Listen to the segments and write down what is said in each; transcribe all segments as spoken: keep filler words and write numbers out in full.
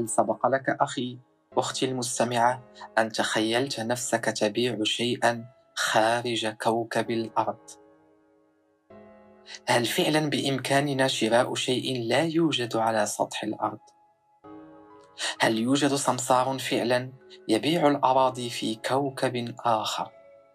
هل سبق لك أخي أختي المستمعة أن تخيلت نفسك تبيع شيئا خارج كوكب الأرض؟ هل فعلا بإمكاننا شراء شيء لا يوجد على سطح الأرض؟ هل يوجد سمسار فعلا يبيع الأراضي في كوكب آخر؟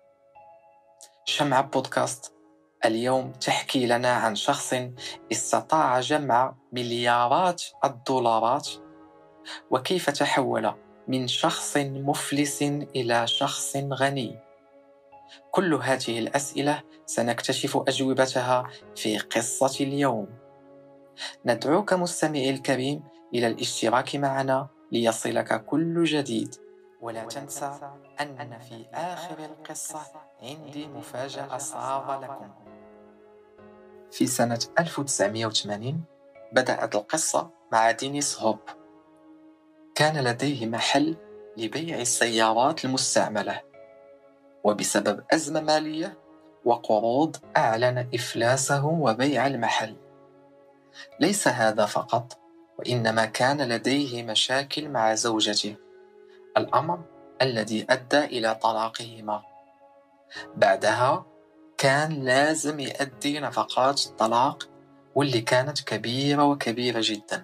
شمعة بودكاست اليوم تحكي لنا عن شخص استطاع جمع مليارات الدولارات، وكيف تحول من شخص مفلس إلى شخص غني. كل هذه الأسئلة سنكتشف أجوبتها في قصة اليوم. ندعوك مستمعي الكريم إلى الاشتراك معنا ليصلك كل جديد، ولا تنسى أن في آخر القصة عندي مفاجأة سارة لكم. في سنة ألف وتسعمائة وثمانين بدأت القصة مع دينيس هوب. كان لديه محل لبيع السيارات المستعملة، وبسبب أزمة مالية وقروض أعلن إفلاسه وبيع المحل. ليس هذا فقط، وإنما كان لديه مشاكل مع زوجته، الأمر الذي أدى إلى طلاقهما. بعدها كان لازم يؤدي نفقات الطلاق، واللي كانت كبيرة وكبيرة جدا.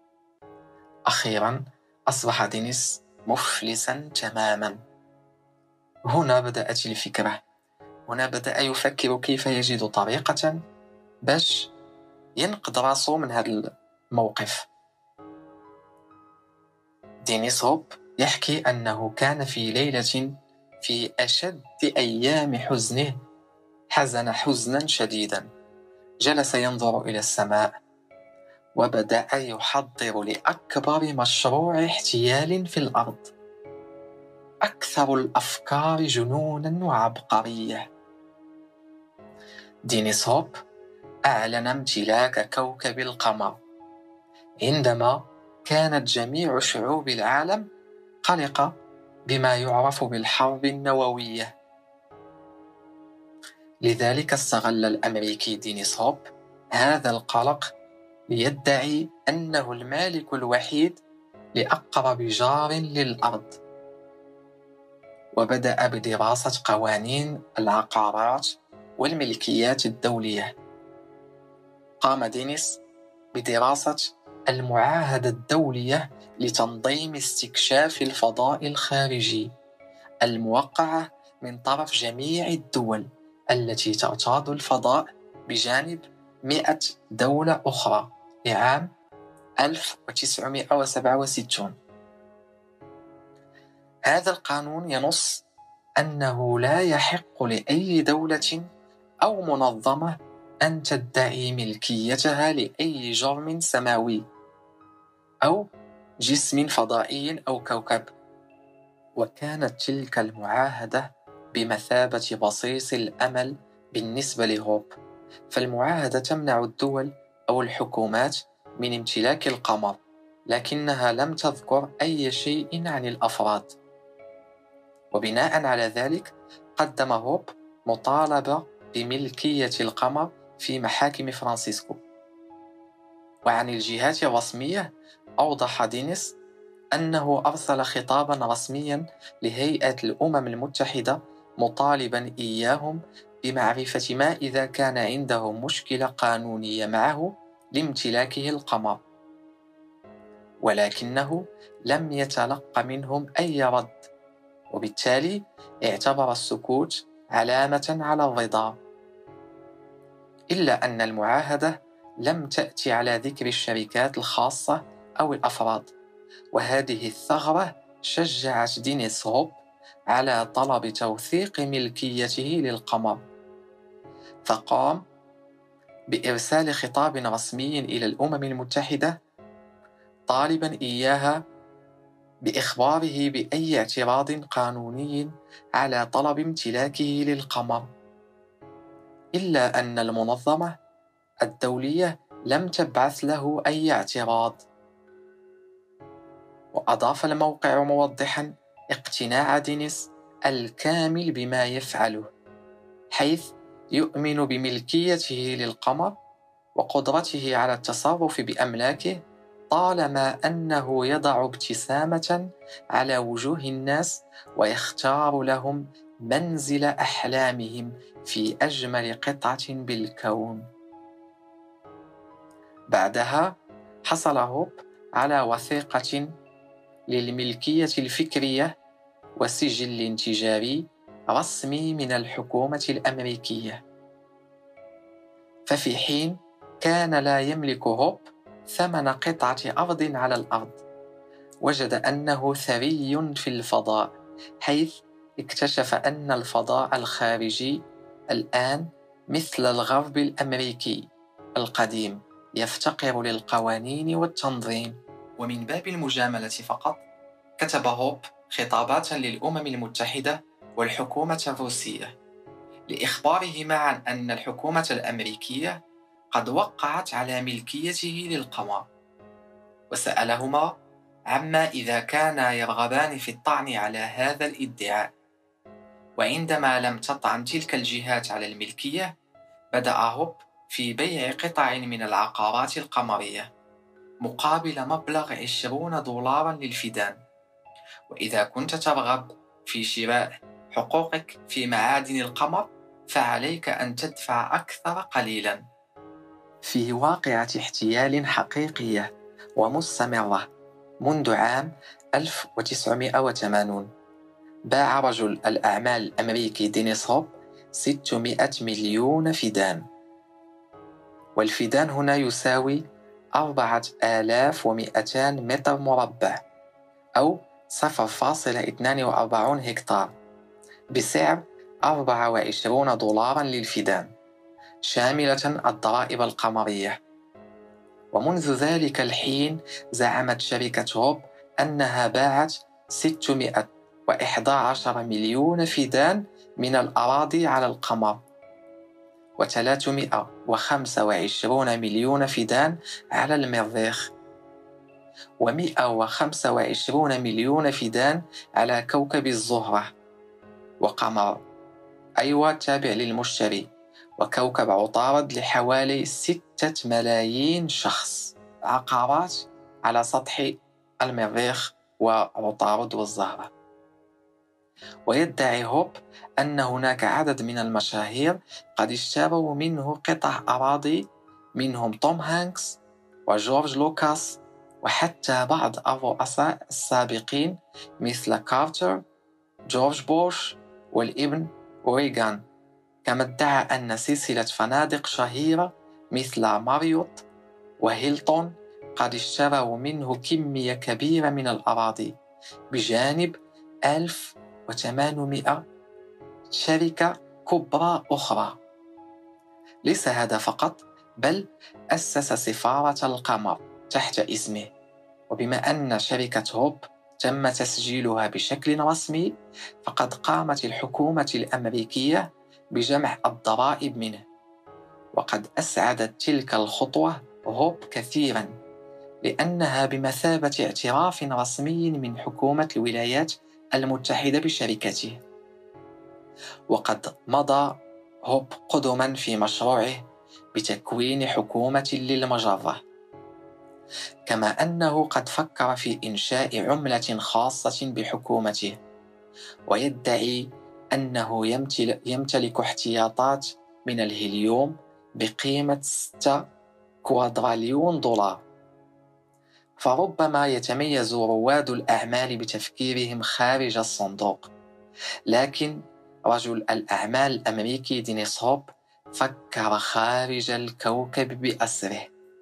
أخيرا أصبح دينيس مفلسا تماما. هنا بدأت الفكرة، هنا بدأ يفكر كيف يجد طريقة باش ينقذ راسه من هذا الموقف. دينيس هوب يحكي أنه كان في ليلة في أشد أيام حزنه، حزن حزنا شديدا، جلس ينظر إلى السماء وبدأ يحضر لأكبر مشروع احتيال في الأرض، أكثر الأفكار جنونا وعبقرية. دينيس هوب أعلن امتلاك كوكب القمر عندما كانت جميع شعوب العالم قلقة بما يعرف بالحرب النووية. لذلك استغل الأمريكي دينيس هوب هذا القلق ليدعي أنه المالك الوحيد لأقرب جار للأرض، وبدأ بدراسة قوانين العقارات والملكيات الدولية. قام دينيس بدراسة المعاهدة الدولية لتنظيم استكشاف الفضاء الخارجي، الموقعة من طرف جميع الدول التي ترتاد الفضاء بجانب مئة دولة أخرى لعام ألف وتسعمائة وسبعة وستين. هذا القانون ينص أنه لا يحق لأي دولة أو منظمة أن تدعي ملكيتها لأي جرم سماوي أو جسم فضائي أو كوكب. وكانت تلك المعاهدة بمثابة بصيص الأمل بالنسبة لهوب، فالمعاهدة تمنع الدول أو الحكومات من امتلاك القمر، لكنها لم تذكر أي شيء عن الأفراد. وبناء على ذلك قدم هوب مطالبة بملكية القمر في محاكم فرانسيسكو. وعن الجهات الرسمية أوضح دينيس أنه أرسل خطابا رسميا لهيئة الأمم المتحدة مطالبا إياهم بمعرفة ما إذا كان عندهم مشكلة قانونية معه لامتلاكه القمر، ولكنه لم يتلق منهم أي رد، وبالتالي اعتبر السكوت علامة على الرضا. إلا أن المعاهدة لم تأتي على ذكر الشركات الخاصة أو الأفراد، وهذه الثغرة شجعت دينيس هوب على طلب توثيق ملكيته للقمر، فقام بإرسال خطاب رسمي إلى الأمم المتحدة طالبا إياها بإخباره بأي اعتراض قانوني على طلب امتلاكه للقمر. إلا أن المنظمة الدولية لم تبعث له أي اعتراض. وأضاف الموقع موضحا اقتناع دينيس الكامل بما يفعله، حيث يؤمن بملكيته للقمر وقدرته على التصرف بأملاكه طالما أنه يضع ابتسامة على وجوه الناس ويختار لهم منزل أحلامهم في أجمل قطعة بالكون. بعدها حصل هوب على وثيقة للملكية الفكرية وسجل تجاري رسمي من الحكومة الأمريكية. ففي حين كان لا يملك هوب ثمن قطعة أرض على الأرض، وجد أنه ثري في الفضاء، حيث اكتشف أن الفضاء الخارجي الآن مثل الغرب الأمريكي القديم يفتقر للقوانين والتنظيم. ومن باب المجاملة فقط كتب هوب خطابات للأمم المتحدة والحكومة الروسية لإخبارهما عن أن الحكومة الأمريكية قد وقعت على ملكيته للقمر، وسألهما عما إذا كانا يرغبان في الطعن على هذا الادعاء. وعندما لم تطعن تلك الجهات على الملكية، بدأ هوب في بيع قطع من العقارات القمرية مقابل مبلغ عشرين دولارا للفدان. وإذا كنت ترغب في شراء حقوقك في معادن القمر فعليك أن تدفع أكثر قليلا. في واقعة احتيال حقيقية ومستمرة منذ عام ألف وتسعمائة وثمانين، باع رجل الأعمال الأمريكي دينيس هوب ستمائة مليون فدان، والفدان هنا يساوي أربعة آلاف ومئتين متر مربع أو صفر فاصلة اثنان وأربعين هكتار، بسعر أربعة وعشرين دولارا للفدان شاملة الضرائب القمرية. ومنذ ذلك الحين زعمت شركة هوب أنها باعت ستمائة وإحدى عشر مليون فدان من الأراضي على القمر، وثلاثمائة وخمسة وعشرين مليون فدان على المريخ، ومائة وخمسة وعشرين مليون فدان على كوكب الزهرة وقمر أيوة تابع للمشتري، وكوكب عطارد لحوالي ستة ملايين شخص، عقارات على سطح المريخ وعطارد والزهرة. ويدعي هوب أن هناك عدد من المشاهير قد اشتروا منه قطع أراضي، منهم توم هانكس وجورج لوكاس وحتى بعض الرؤساء السابقين مثل كارتر، جورج بوش والابن ريغان. كما ادعى أن سلسلة فنادق شهيرة مثل ماريوت وهيلتون قد اشتروا منه كمية كبيرة من الأراضي، بجانب ألف وثمانمائة شركة كبرى أخرى. ليس هذا فقط، بل أسس سفارة القمر تحت اسمه. وبما أن شركة هوب تم تسجيلها بشكل رسمي، فقد قامت الحكومة الأمريكية بجمع الضرائب منه. وقد أسعدت تلك الخطوة هوب كثيرا، لأنها بمثابة اعتراف رسمي من حكومة الولايات المتحدة بشركته. وقد مضى هوب قدما في مشروعه بتكوين حكومة للمجرة، كما أنه قد فكر في إنشاء عملة خاصة بحكومته، ويدعي أنه يمتلك احتياطات من الهيليوم بقيمة ستة كوادراليون دولار. فربما يتميز رواد الأعمال بتفكيرهم خارج الصندوق، لكن رجل الأعمال الأمريكي دينيس هوب فكر خارج الكوكب بأسره.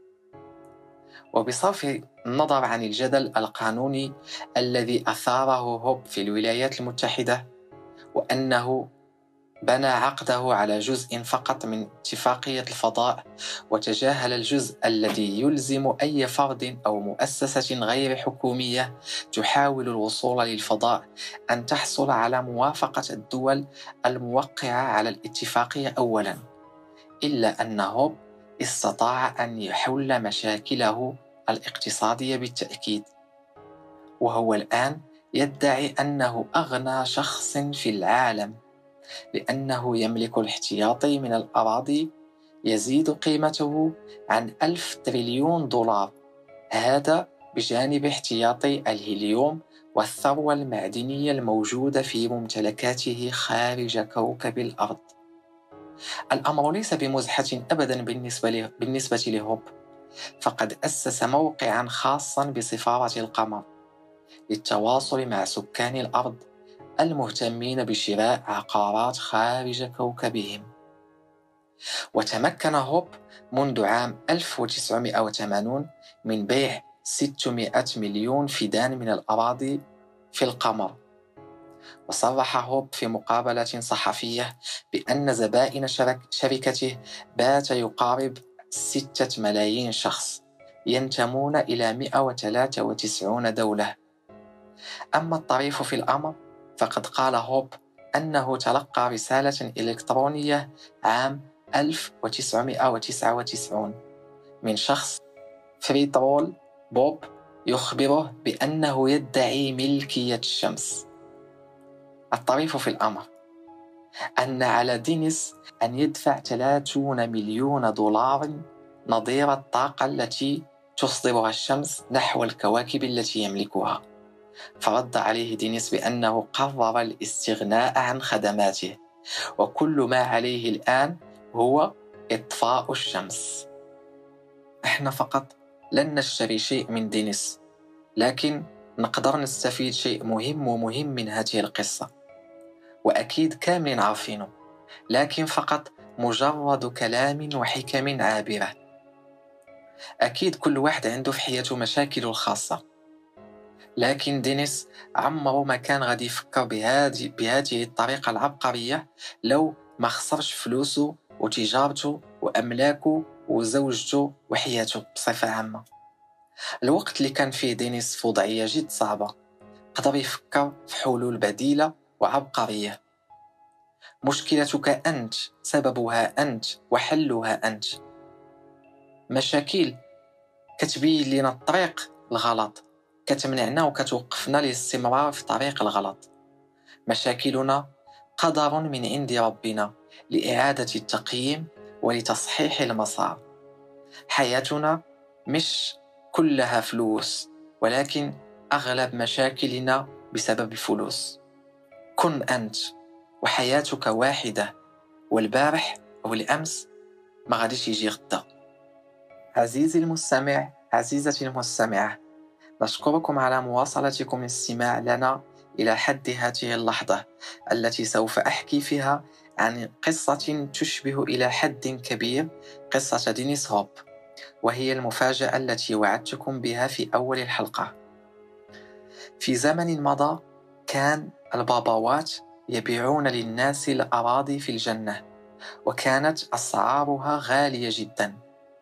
وبصرف النظر عن الجدل القانوني الذي أثاره هوب في الولايات المتحدة، وأنه بنى عقده على جزء فقط من اتفاقية الفضاء وتجاهل الجزء الذي يلزم أي فرد أو مؤسسة غير حكومية تحاول الوصول للفضاء أن تحصل على موافقة الدول الموقعة على الاتفاقية أولا، إلا أن هوب استطاع أن يحل مشاكله الاقتصادية بالتأكيد. وهو الآن يدعي أنه أغنى شخص في العالم، لأنه يملك الاحتياطي من الأراضي يزيد قيمته عن ألف تريليون دولار. هذا بجانب احتياط الهيليوم والثروة المعدنية الموجودة في ممتلكاته خارج كوكب الأرض. الأمر ليس بمزحة أبدا بالنسبة له بالنسبة لهوب، فقد أسس موقعا خاصا بسفارة القمر للتواصل مع سكان الأرض المهتمين بشراء عقارات خارج كوكبهم. وتمكن هوب منذ عام ألف وتسعمائة وثمانين من بيع ستمائة مليون فدان من الأراضي في القمر. وصرح هوب في مقابلة صحفية بأن زبائن شركته بات يقارب ستة ملايين شخص ينتمون إلى مئة وثلاثة وتسعين دولة. أما الطريف في الأمر فقد قال هوب أنه تلقى رسالة إلكترونية عام ألف وتسعمائة وتسعة وتسعين من شخص فريترول بوب يخبره بأنه يدعي ملكية الشمس. الطريف في الأمر أن على دينيس أن يدفع ثلاثين مليون دولار نظير الطاقة التي تصدرها الشمس نحو الكواكب التي يملكها. فرد عليه دينيس بأنه قرر الاستغناء عن خدماته، وكل ما عليه الآن هو إطفاء الشمس. إحنا فقط لن نشتري شيء من دينيس، لكن نقدر نستفيد شيء مهم ومهم من هذه القصة، وأكيد كاملين عارفينه، لكن فقط مجرد كلام وحكم عابرة. أكيد كل واحد عنده في حياته مشاكله الخاصة، لكن دينيس عمره ما كان غادي يفكر بهذه بهذه الطريقة العبقرية لو ما خسرش فلوسه وتجارته وأملاكه وزوجته وحياته بصفة عامة. الوقت اللي كان فيه دينيس في وضعية جد صعبة قدر يفكر في حلول بديلة وعبقرية. مشكلتك أنت، سببها أنت، وحلها أنت. مشاكل كتبين لنا الطريق الغلط، كتمنعنا وكتوقفنا للاستمرار في طريق الغلط. مشاكلنا قدر من عند ربنا لإعادة التقييم ولتصحيح المسار. حياتنا مش كلها فلوس، ولكن أغلب مشاكلنا بسبب الفلوس. كن أنت وحياتك واحدة، والبارح أو الأمس ما غاديش يجي غدا. عزيزي المستمع، عزيزتي المستمعة، نشكركم على مواصلتكم الاستماع لنا إلى حد هذه اللحظة التي سوف أحكي فيها عن قصة تشبه إلى حد كبير قصة دينيس هوب، وهي المفاجأة التي وعدتكم بها في أول الحلقة. في زمن مضى كان الباباوات يبيعون للناس الأراضي في الجنة، وكانت أسعارها غالية جدا،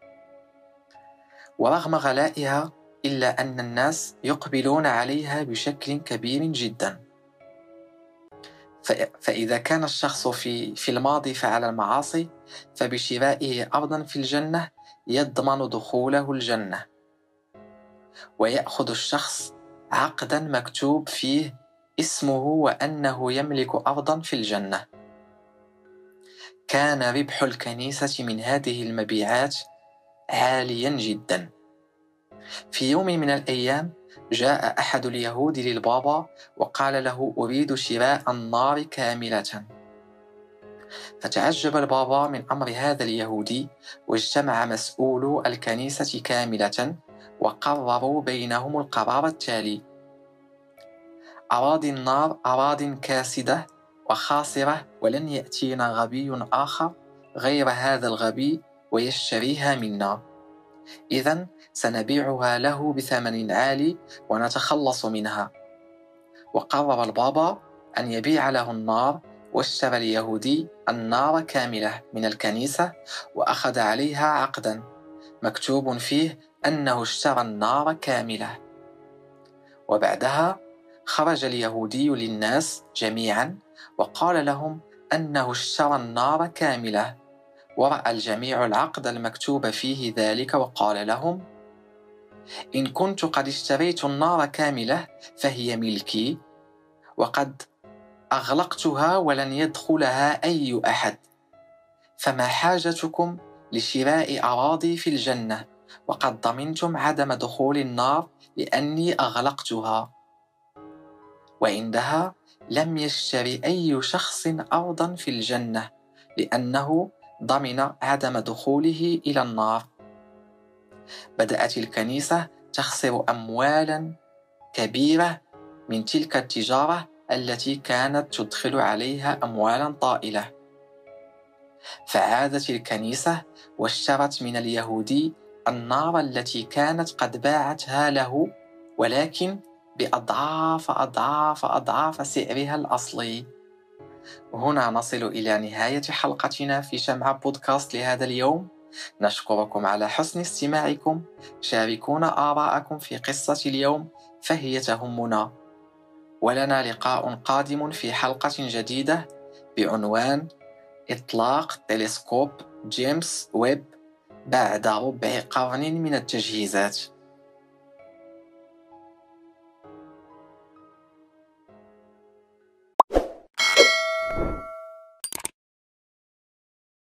ورغم غلائها إلا أن الناس يقبلون عليها بشكل كبير جدا. فإذا كان الشخص في, في الماضي فعل المعاصي، فبشرائه أرضا في الجنة يضمن دخوله الجنة، ويأخذ الشخص عقدا مكتوب فيه اسمه وأنه يملك أرضا في الجنة. كان ربح الكنيسة من هذه المبيعات عاليا جدا. في يوم من الأيام جاء أحد اليهود للبابا وقال له: أريد شراء النار كاملة. فتعجب البابا من أمر هذا اليهودي، واجتمع مسؤولو الكنيسة كاملة وقرروا بينهم القرار التالي: أراضي النار أراض كاسدة وخاسرة، ولن يأتينا غبي آخر غير هذا الغبي ويشتريها منا، إذن سنبيعها له بثمن عالي ونتخلص منها. وقرر البابا أن يبيع له النار، واشترى اليهودي النار كاملة من الكنيسة، وأخذ عليها عقدا مكتوب فيه أنه اشترى النار كاملة. وبعدها خرج اليهودي للناس جميعا وقال لهم أنه اشترى النار كاملة، ورأى الجميع العقد المكتوب فيه ذلك، وقال لهم: إن كنت قد اشتريت النار كاملة فهي ملكي، وقد أغلقتها ولن يدخلها أي أحد، فما حاجتكم لشراء أراضي في الجنة وقد ضمنتم عدم دخول النار لأني أغلقتها. وعندها لم يشتري أي شخص أرضا في الجنة لأنه ضمن عدم دخوله إلى النار. بدأت الكنيسة تخسر أموالا كبيرة من تلك التجارة التي كانت تدخل عليها أموالا طائلة، فعادت الكنيسة واشترت من اليهودي النار التي كانت قد باعتها له، ولكن بأضعاف أضعاف أضعاف سعرها الأصلي. هنا نصل إلى نهاية حلقتنا في شمعة بودكاست لهذا اليوم. نشكركم على حسن استماعكم. شاركونا آراءكم في قصة اليوم فهي تهمنا، ولنا لقاء قادم في حلقة جديدة بعنوان إطلاق تلسكوب جيمس ويب بعد ربع قرن من التجهيزات.